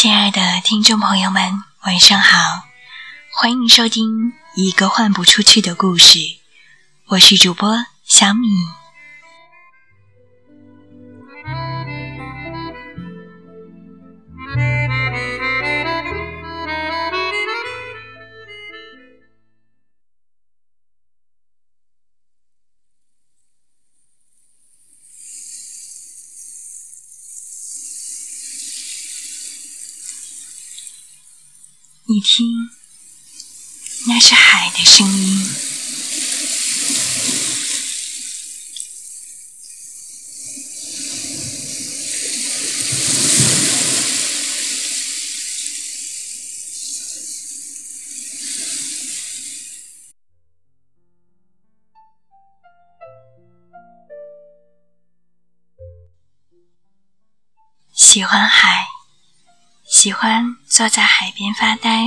亲爱的听众朋友们，晚上好，欢迎收听一个换不出去的故事，我是主播小米。你听，那是海的声音。喜欢海，喜欢坐在海边发呆，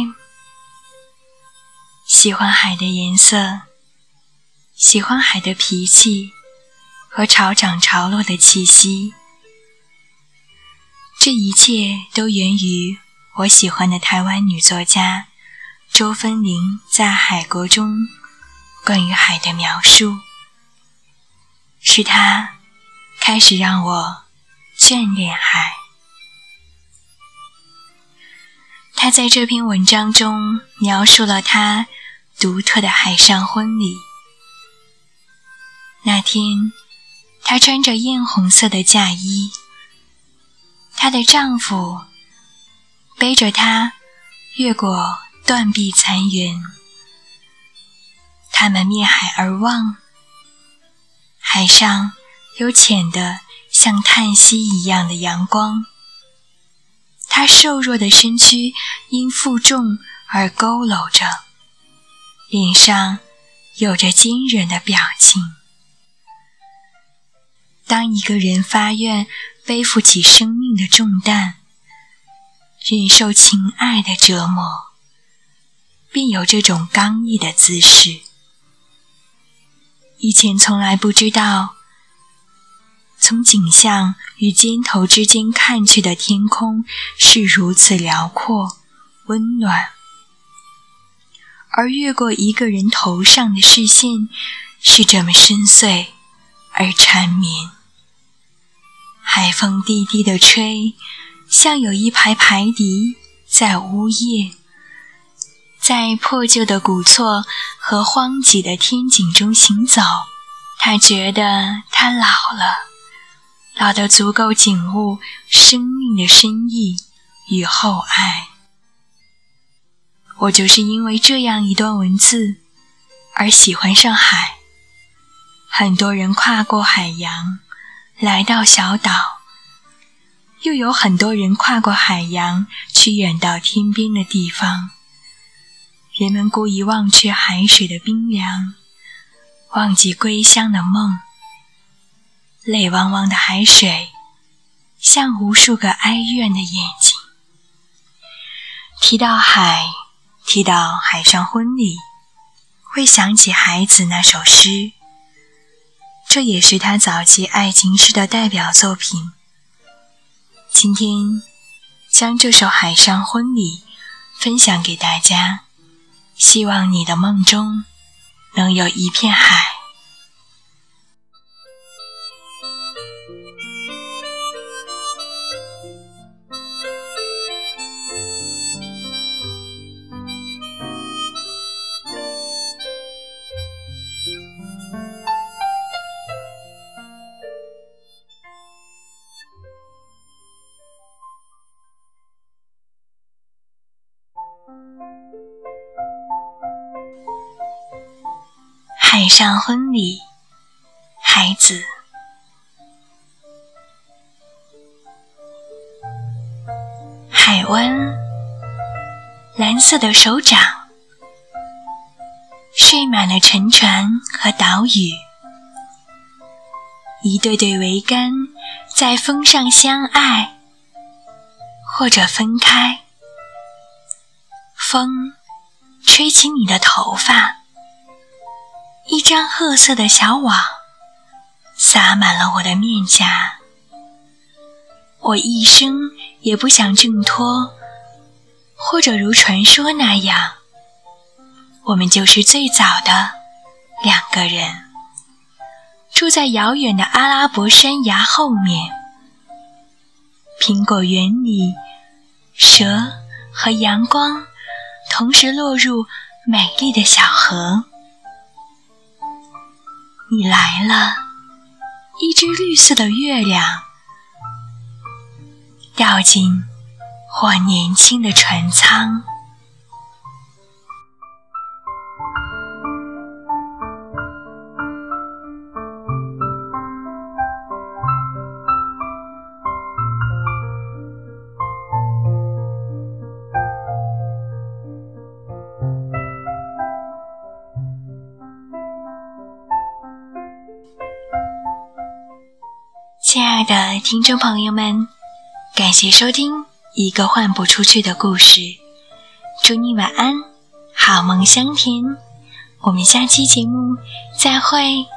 喜欢海的颜色，喜欢海的脾气和潮涨潮落的气息。这一切都源于我喜欢的台湾女作家周芬玲在《海国》中关于海的描述，是她开始让我眷恋海。他在这篇文章中描述了他独特的海上婚礼。那天，她穿着艳红色的嫁衣，她的丈夫背着她越过断壁残垣，他们面海而望，海上有浅的像叹息一样的阳光。她瘦弱的身躯因负重而佝偻着，脸上有着坚韧的表情。当一个人发愿背负起生命的重担，忍受情爱的折磨，便有这种刚毅的姿势。以前从来不知道，从景象与肩头之间看去的天空是如此辽阔温暖，而越过一个人头上的视线是这么深邃而缠绵。海风低低地吹，像有一排排笛在呜咽。在破旧的古厝和荒瘠的天井中行走，他觉得他老了，老得足够景悟生命的深意与厚爱。我就是因为这样一段文字而喜欢上海。很多人跨过海洋来到小岛，又有很多人跨过海洋去远到天边的地方。人们故意忘却海水的冰凉，忘记归乡的梦。泪汪汪的海水像无数个哀怨的眼睛。提到海，提到海上婚礼，会想起海子那首诗，这也是他早期爱情诗的代表作品。今天将这首海上婚礼分享给大家，希望你的梦中能有一片海。海上婚礼，海子。海湾，蓝色的手掌，睡满了沉船和岛屿。一对对桅杆在风上相爱，或者分开。风吹起你的头发，一张褐色的小网洒满了我的面颊。我一生也不想挣脱或者如传说那样，我们就是最早的2个人，住在遥远的阿拉伯山崖后面。苹果园里，蛇和阳光同时落入美丽的小河。你来了，一只绿色的月亮，掉进我年轻的船舱。亲爱的听众朋友们，感谢收听一个换不出去的故事，祝你晚安，好梦香甜，我们下期节目再会。